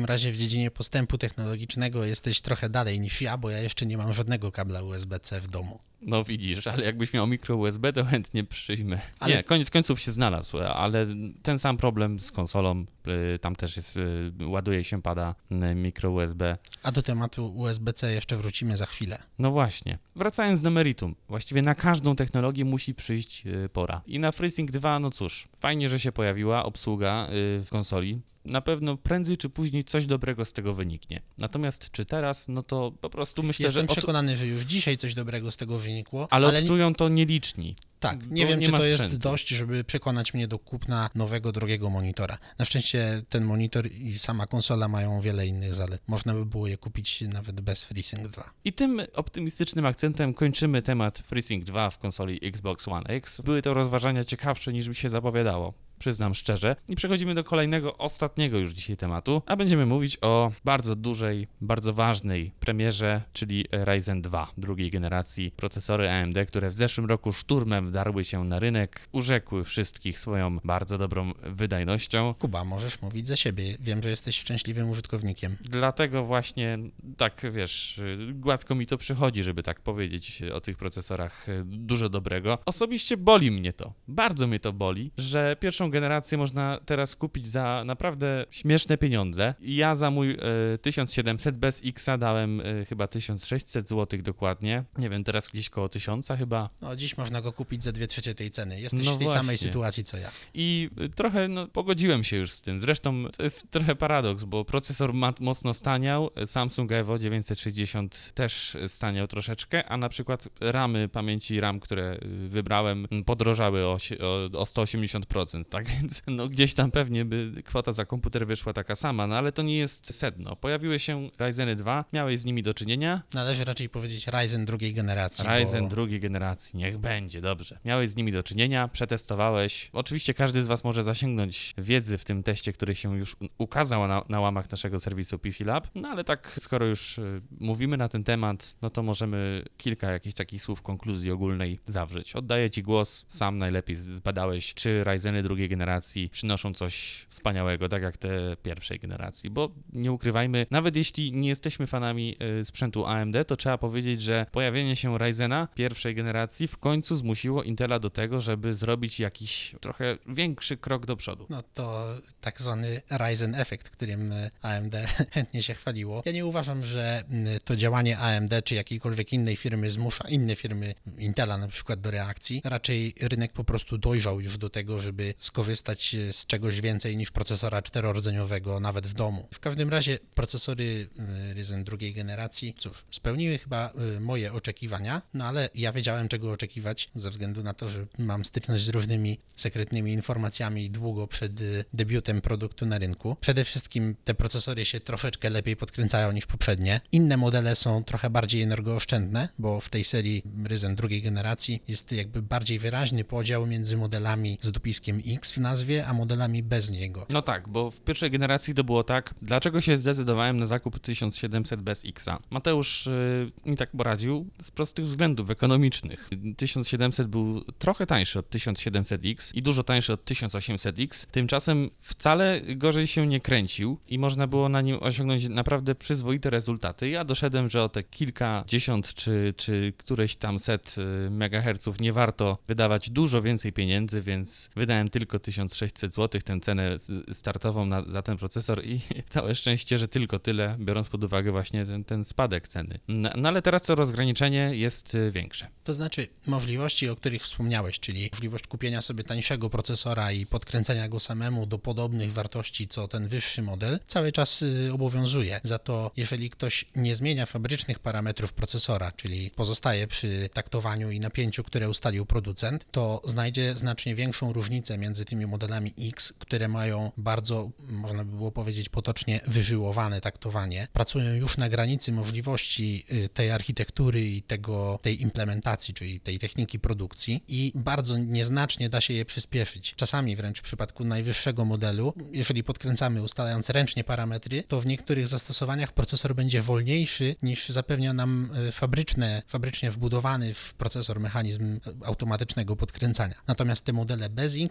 [SPEAKER 2] takim razie w dziedzinie postępu technologicznego jesteś trochę dalej niż ja, bo ja jeszcze nie mam żadnego kabla U S B C w domu.
[SPEAKER 1] No widzisz, ale jakbyś miał mikro U S B, to chętnie przyjmę.
[SPEAKER 2] Ale-
[SPEAKER 1] Nie, koniec końców się znalazł, ale ten sam problem z konsolą, y, tam też jest, y, ładuje się, pada y, mikro U S B.
[SPEAKER 2] A do tematu U S B C jeszcze wrócimy za chwilę.
[SPEAKER 1] No właśnie. Wracając do meritum, właściwie na każdą technologię musi przyjść y, pora. I na FreeSync dwa, no cóż, fajnie, że się pojawiła obsługa y, w konsoli. Na pewno prędzej czy później coś dobrego z tego wyniknie. Natomiast czy teraz, no to po prostu myślę,
[SPEAKER 2] Jestem
[SPEAKER 1] że... od-
[SPEAKER 2] przekonany, że już dzisiaj coś dobrego z tego wynikło,
[SPEAKER 1] Ale,
[SPEAKER 2] ale nie,
[SPEAKER 1] odczują to nieliczni.
[SPEAKER 2] tak, nie
[SPEAKER 1] bo
[SPEAKER 2] wiem,
[SPEAKER 1] nie
[SPEAKER 2] czy
[SPEAKER 1] ma
[SPEAKER 2] to jest
[SPEAKER 1] sprzętu.
[SPEAKER 2] dość, żeby przekonać mnie do kupna nowego, drogiego monitora. Na szczęście ten monitor i sama konsola mają wiele innych zalet. Można by było je kupić nawet bez FreeSync dwa.
[SPEAKER 1] I tym optymistycznym akcentem kończymy temat FreeSync dwa w konsoli Xbox One X. Były to rozważania ciekawsze niż by się zapowiadało, przyznam szczerze. I przechodzimy do kolejnego, ostatniego już dzisiaj tematu, a będziemy mówić o bardzo dużej, bardzo ważnej premierze, czyli Ryzen dwa drugiej generacji. Procesory A M D, które w zeszłym roku szturmem wdarły się na rynek, urzekły wszystkich swoją bardzo dobrą wydajnością.
[SPEAKER 2] Kuba, możesz mówić za siebie. Wiem, że jesteś szczęśliwym użytkownikiem.
[SPEAKER 1] Dlatego właśnie, tak wiesz, gładko mi to przychodzi, żeby tak powiedzieć o tych procesorach dużo dobrego. Osobiście boli mnie to, bardzo mnie to boli, że pierwszą generację można teraz kupić za naprawdę śmieszne pieniądze. Ja za mój y, tysiąc siedemset bez X-a dałem y, chyba tysiąc sześćset złotych dokładnie. Nie wiem, teraz gdzieś koło tysiąca chyba.
[SPEAKER 2] No, dziś można go kupić za dwie trzecie tej ceny. Jesteś
[SPEAKER 1] No
[SPEAKER 2] w tej
[SPEAKER 1] właśnie.
[SPEAKER 2] samej sytuacji co ja.
[SPEAKER 1] I trochę no, pogodziłem się już z tym. Zresztą to jest trochę paradoks, bo procesor ma mocno staniał, Samsung Evo dziewięćset sześćdziesiąt też staniał troszeczkę, a na przykład ramy pamięci RAM, które wybrałem, podrożały o, sie- o, o sto osiemdziesiąt procent, tak więc no, gdzieś tam pewnie by kwota za komputer wyszła taka sama, no ale to nie jest sedno. Pojawiły się Ryzeny dwa, miałeś z nimi do czynienia.
[SPEAKER 2] Należy raczej powiedzieć Ryzen drugiej generacji.
[SPEAKER 1] Ryzen
[SPEAKER 2] bo...
[SPEAKER 1] drugiej generacji, niech będzie, dobrze. Miałeś z nimi do czynienia, przetestowałeś. Oczywiście każdy z was może zasięgnąć wiedzy w tym teście, który się już u- ukazał na, na łamach naszego serwisu P C Lab, no ale tak, skoro już y, mówimy na ten temat, no to możemy kilka jakichś takich słów konkluzji ogólnej zawrzeć. Oddaję ci głos, sam najlepiej z- zbadałeś, czy Ryzeny drugiej generacji przynoszą coś wspaniałego, tak jak te pierwszej generacji, bo nie ukrywajmy, nawet jeśli nie jesteśmy fanami y, sprzętu A M D, to trzeba powiedzieć, że pojawienie się Ryzena pierwszej generacji w końcu zmusiło Intela do tego, żeby zrobić jakiś trochę większy krok do przodu.
[SPEAKER 2] No to tak zwany Ryzen efekt, którym A M D chętnie się chwaliło. Ja nie uważam, że mm, to działanie A M D czy jakiejkolwiek innej firmy zmusza inne firmy, Intela na przykład, do reakcji. Raczej rynek po prostu dojrzał już do tego, żeby skorzystać z czegoś więcej niż procesora czterorodzeniowego nawet w domu. W każdym razie procesory y, Ryzen drugiej generacji, cóż, spełniły chyba y, moje oczekiwania, no ale ja wiedziałem, czego oczekiwać ze względu na to, że mam styczność z różnymi sekretnymi informacjami długo przed y, debiutem produktu na rynku. Przede wszystkim te procesory się troszeczkę lepiej podkręcają niż poprzednie. Inne modele są trochę bardziej energooszczędne, bo w tej serii Ryzen drugiej generacji jest jakby bardziej wyraźny podział między modelami z dopiskiem X w nazwie, a modelami bez niego.
[SPEAKER 1] No tak, bo w pierwszej generacji to było tak, dlaczego się zdecydowałem na zakup tysiąc siedemset bez X-a? Mateusz yy, mi tak poradził z prostych względów ekonomicznych. tysiąc siedemset był trochę tańszy od tysiąc siedemset X i dużo tańszy od tysiąc osiemset X, tymczasem wcale gorzej się nie kręcił i można było na nim osiągnąć naprawdę przyzwoite rezultaty. Ja doszedłem, że o te kilkadziesiąt czy, czy któreś tam set y, megaherców nie warto wydawać dużo więcej pieniędzy, więc wydałem tylko tysiąc sześćset złotych, tę cenę s- startową na, za ten procesor i całe szczęście, że tylko tyle, biorąc pod uwagę właśnie ten, ten spadek ceny. No, no ale teraz to rozgraniczenie jest y, większe.
[SPEAKER 2] To znaczy możliwości, o których wspomniałeś, czyli możliwość kupienia sobie tańszego procesora i podkręcenia go samemu do podobnych wartości co ten wyższy model, cały czas y, obowiązuje. Za to jeżeli ktoś nie zmienia fabrycznych parametrów procesora, czyli pozostaje przy taktowaniu i napięciu, które ustalił producent, to znajdzie znacznie większą różnicę między tymi modelami X, które mają bardzo, można by było powiedzieć potocznie, wyżyłowane taktowanie. Pracują już na granicy możliwości y, tej architektury i tego, tej implementacji, czyli tej techniki produkcji i bardzo nieznacznie da się je przyspieszyć. Czasami wręcz w przypadku najwyższego modelu, jeżeli podkręcamy ustalając ręcznie parametry, to w niektórych zastosowaniach procesor będzie wolniejszy niż zapewnia nam y, fabryczne, fabrycznie wbudowany w procesor mechanizm automatycznego podkręcania. Natomiast te modele bez X są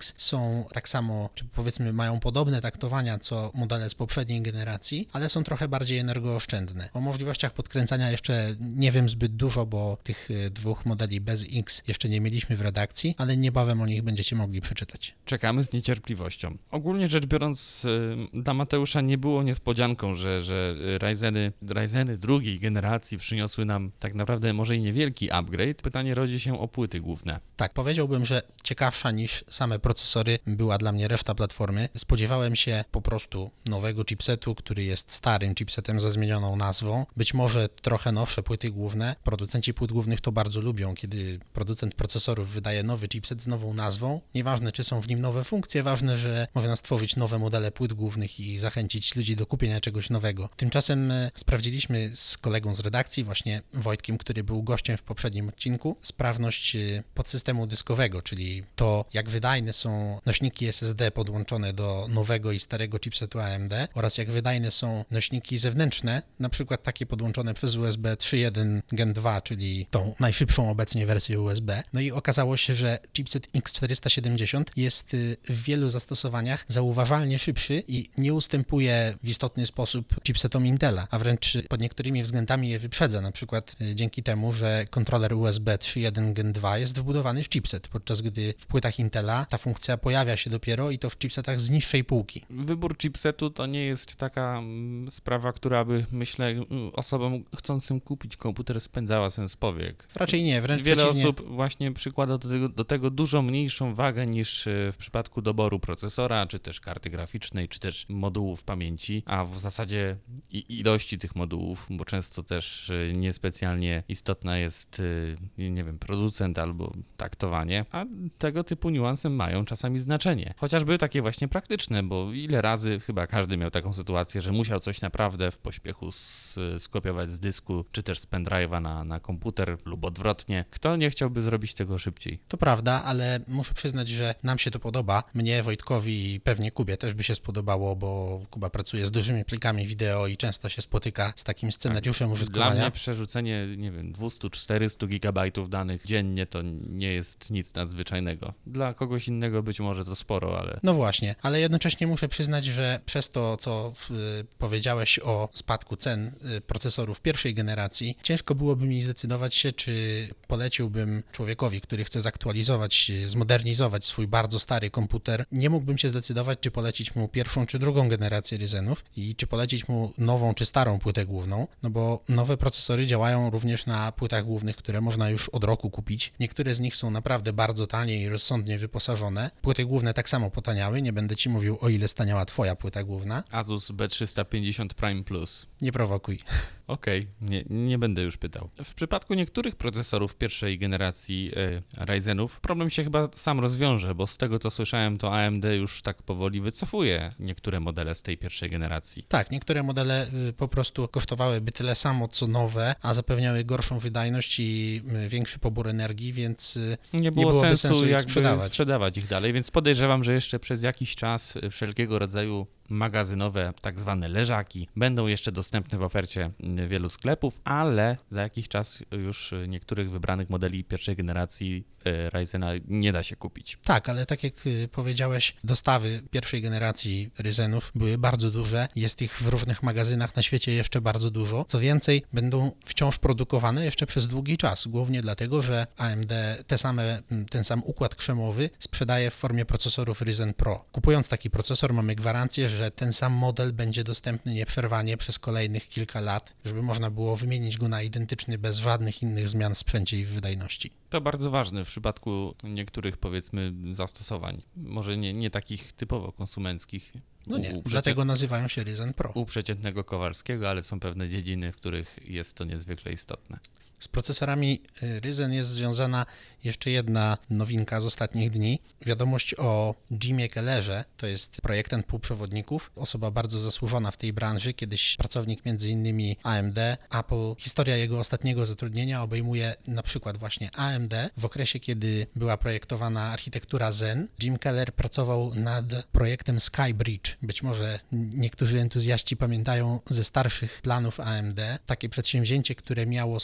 [SPEAKER 2] są tak samo, czy powiedzmy mają podobne taktowania co modele z poprzedniej generacji, ale są trochę bardziej energooszczędne. O możliwościach podkręcania jeszcze nie wiem zbyt dużo, bo tych dwóch modeli bez X jeszcze nie mieliśmy w redakcji, ale niebawem o nich będziecie mogli przeczytać.
[SPEAKER 1] Czekamy z niecierpliwością. Ogólnie rzecz biorąc, dla Mateusza nie było niespodzianką, że, że Ryzeny, Ryzeny drugiej generacji przyniosły nam tak naprawdę może i niewielki upgrade. Pytanie rodzi się o płyty główne.
[SPEAKER 2] Tak, powiedziałbym, że ciekawsza niż same procesory była dla mnie reszta platformy. Spodziewałem się po prostu nowego chipsetu, który jest starym chipsetem ze zmienioną nazwą. Być może trochę nowsze płyty główne. Producenci płyt głównych to bardzo lubią, kiedy producent procesorów wydaje nowy chipset z nową nazwą. Nieważne, czy są w nim nowe funkcje, ważne, że można stworzyć nowe modele płyt głównych i zachęcić ludzi do kupienia czegoś nowego. Tymczasem e, sprawdziliśmy z kolegą z redakcji, właśnie Wojtkiem, który był gościem w poprzednim odcinku, sprawność e, podsystemu dyskowego, czyli to, jak wydajne są nośniki S S D podłączone do nowego i starego chipsetu A M D oraz jak wydajne są nośniki zewnętrzne, na przykład takie podłączone przez U S B trzy jeden Gen dwa, czyli tą najszybszą obecnie wersję U S B. No i okazało się, że chipset X czterysta siedemdziesiąt jest w wielu zastosowaniach zauważalnie szybszy i nie ustępuje w istotny sposób chipsetom Intela, a wręcz pod niektórymi względami je wyprzedza, na przykład dzięki temu, że kontroler U S B trzy jeden Gen dwa jest wbudowany w chipset, podczas gdy w płytach Intela ta funkcja pojawia się dopiero i to w chipsetach z niższej półki.
[SPEAKER 1] Wybór chipsetu to nie jest taka sprawa, która by, myślę, osobom chcącym kupić komputer spędzała sens powiek.
[SPEAKER 2] Raczej nie, wręcz
[SPEAKER 1] Wiele
[SPEAKER 2] przeciwnie.
[SPEAKER 1] osób właśnie przykłada do tego, do tego dużo mniejszą wagę niż w przypadku doboru procesora, czy też karty graficznej, czy też modułów pamięci, a w zasadzie i ilości tych modułów, bo często też niespecjalnie istotna jest, nie wiem, producent albo taktowanie, a tego typu niuanse mają czasami znaczenie. Chociażby takie właśnie praktyczne, bo ile razy chyba każdy miał taką sytuację, że musiał coś naprawdę w pośpiechu s- skopiować z dysku, czy też z pendrive'a na, na komputer lub odwrotnie. Kto nie chciałby zrobić tego szybciej?
[SPEAKER 2] To prawda, ale muszę przyznać, że nam się to podoba. Mnie, Wojtkowi i pewnie Kubie też by się spodobało, bo Kuba pracuje z dużymi plikami wideo i często się spotyka z takim scenariuszem
[SPEAKER 1] Dla
[SPEAKER 2] użytkowania.
[SPEAKER 1] mnie przerzucenie, nie wiem, dwieście czterysta gigabajtów danych dziennie to nie jest nic nadzwyczajnego. Dla kogoś innego być może to sporo, ale
[SPEAKER 2] No właśnie, ale jednocześnie muszę przyznać, że przez to, co w, y, powiedziałeś o spadku cen y, procesorów pierwszej generacji, ciężko byłoby mi zdecydować się, czy poleciłbym człowiekowi, który chce zaktualizować, y, zmodernizować swój bardzo stary komputer. Nie mógłbym się zdecydować, czy polecić mu pierwszą czy drugą generację Ryzenów i czy polecić mu nową czy starą płytę główną, no bo nowe procesory działają również na płytach głównych, które można już od roku kupić. Niektóre z nich są naprawdę bardzo tanie i rozsądnie wyposażone. Płyty główne tak samo potaniały, nie będę ci mówił, o ile staniała twoja płyta główna.
[SPEAKER 1] Asus B trzysta pięćdziesiąt Prime Plus.
[SPEAKER 2] Nie prowokuj.
[SPEAKER 1] Okej, nie, nie będę już pytał. W przypadku niektórych procesorów pierwszej generacji e, Ryzenów problem się chyba sam rozwiąże, bo z tego co słyszałem, to A M D już tak powoli wycofuje niektóre modele z tej pierwszej generacji.
[SPEAKER 2] Tak, niektóre modele y, po prostu kosztowałyby tyle samo co nowe, a zapewniały gorszą wydajność i y, większy pobór energii, więc y,
[SPEAKER 1] Nie było
[SPEAKER 2] byłoby
[SPEAKER 1] sensu,
[SPEAKER 2] sensu ich
[SPEAKER 1] jakby
[SPEAKER 2] sprzedawać.
[SPEAKER 1] sprzedawać ich dalej, więc podejrzewam, że jeszcze przez jakiś czas wszelkiego rodzaju magazynowe, tak zwane leżaki, będą jeszcze dostępne w ofercie wielu sklepów, ale za jakiś czas już niektórych wybranych modeli pierwszej generacji e, Ryzena nie da się kupić.
[SPEAKER 2] Tak, ale tak jak y, powiedziałeś, dostawy pierwszej generacji Ryzenów były bardzo duże, jest ich w różnych magazynach na świecie jeszcze bardzo dużo. Co więcej, będą wciąż produkowane jeszcze przez długi czas, głównie dlatego, że A M D te same, ten sam układ krzemowy sprzedaje w formie procesorów Ryzen Pro. Kupując taki procesor mamy gwarancję, że ten sam model będzie dostępny nieprzerwanie przez kolejnych kilka lat, żeby można było wymienić go na identyczny bez żadnych innych zmian w sprzęcie i w wydajności.
[SPEAKER 1] To bardzo ważne w przypadku niektórych, powiedzmy, zastosowań. Może nie, nie takich typowo konsumenckich.
[SPEAKER 2] No nie,
[SPEAKER 1] u, u
[SPEAKER 2] dlatego nazywają się Ryzen Pro.
[SPEAKER 1] u przeciętnego Kowalskiego, ale są pewne dziedziny, w których jest to niezwykle istotne.
[SPEAKER 2] Z procesorami Ryzen jest związana jeszcze jedna nowinka z ostatnich dni. Wiadomość o Jimie Kellerze, to jest projektant półprzewodników, osoba bardzo zasłużona w tej branży, kiedyś pracownik między innymi A M D, Apple. Historia jego ostatniego zatrudnienia obejmuje na przykład właśnie A M D. W okresie, kiedy była projektowana architektura Zen, Jim Keller pracował nad projektem Skybridge. Być może niektórzy entuzjaści pamiętają ze starszych planów A M D takie przedsięwzięcie, które miało stworzyć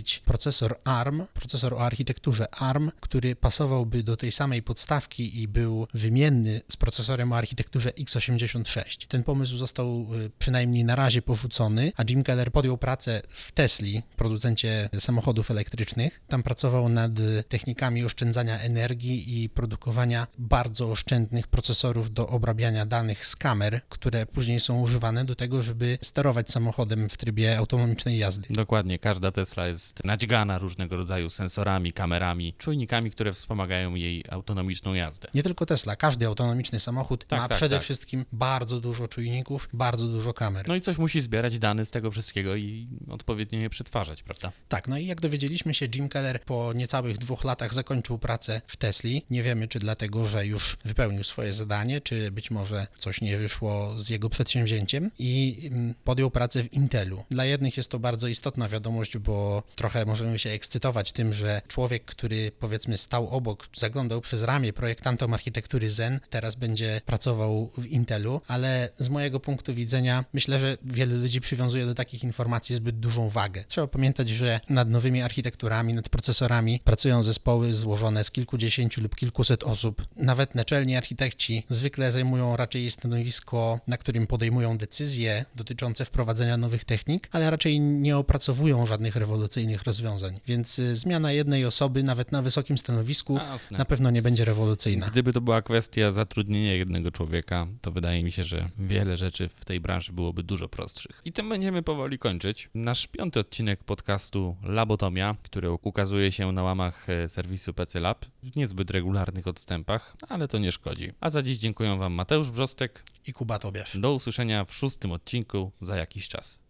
[SPEAKER 2] stworzyć procesor A R M, procesor o architekturze A R M, który pasowałby do tej samej podstawki i był wymienny z procesorem o architekturze x osiemdziesiąt sześć. Ten pomysł został y, przynajmniej na razie porzucony, a Jim Keller podjął pracę w Tesli, producencie samochodów elektrycznych. Tam pracował nad y, technikami oszczędzania energii i produkowania bardzo oszczędnych procesorów do obrabiania danych z kamer, które później są używane do tego, żeby sterować samochodem w trybie autonomicznej jazdy.
[SPEAKER 1] Dokładnie, każda Tesla jest nadźgana różnego rodzaju sensorami, kamerami, czujnikami, które wspomagają jej autonomiczną jazdę.
[SPEAKER 2] Nie tylko Tesla, każdy autonomiczny samochód
[SPEAKER 1] Tak,
[SPEAKER 2] ma
[SPEAKER 1] tak,
[SPEAKER 2] przede
[SPEAKER 1] tak.
[SPEAKER 2] wszystkim bardzo dużo czujników, bardzo dużo kamer.
[SPEAKER 1] No i coś musi zbierać dane z tego wszystkiego i odpowiednio je przetwarzać, prawda?
[SPEAKER 2] Tak, no i jak dowiedzieliśmy się, Jim Keller po niecałych dwóch latach zakończył pracę w Tesli. Nie wiemy, czy dlatego, że już wypełnił swoje zadanie, czy być może coś nie wyszło z jego przedsięwzięciem i mm, podjął pracę w Intelu. Dla jednych jest to bardzo istotna wiadomość, bo trochę możemy się ekscytować tym, że człowiek, który powiedzmy stał obok, zaglądał przez ramię projektantom architektury Zen, teraz będzie pracował w Intelu, ale z mojego punktu widzenia myślę, że wielu ludzi przywiązuje do takich informacji zbyt dużą wagę. Trzeba pamiętać, że nad nowymi architekturami, nad procesorami pracują zespoły złożone z kilkudziesięciu lub kilkuset osób. Nawet naczelni architekci zwykle zajmują raczej stanowisko, na którym podejmują decyzje dotyczące wprowadzenia nowych technik, ale raczej nie opracowują żadnych rewolucyjnych rozwiązań. Więc y, zmiana jednej osoby, nawet na wysokim stanowisku,
[SPEAKER 1] Jasne.
[SPEAKER 2] na pewno nie będzie rewolucyjna.
[SPEAKER 1] Gdyby to była kwestia zatrudnienia jednego człowieka, to wydaje mi się, że wiele rzeczy w tej branży byłoby dużo prostszych. I tym będziemy powoli kończyć. Nasz piąty odcinek podcastu Labotomia, który ukazuje się na łamach e, serwisu P C Lab w niezbyt regularnych odstępach, ale to nie szkodzi. A za dziś dziękuję Wam Mateusz Brzostek.
[SPEAKER 2] I Kuba Tobiasz.
[SPEAKER 1] Do usłyszenia w szóstym odcinku za jakiś czas.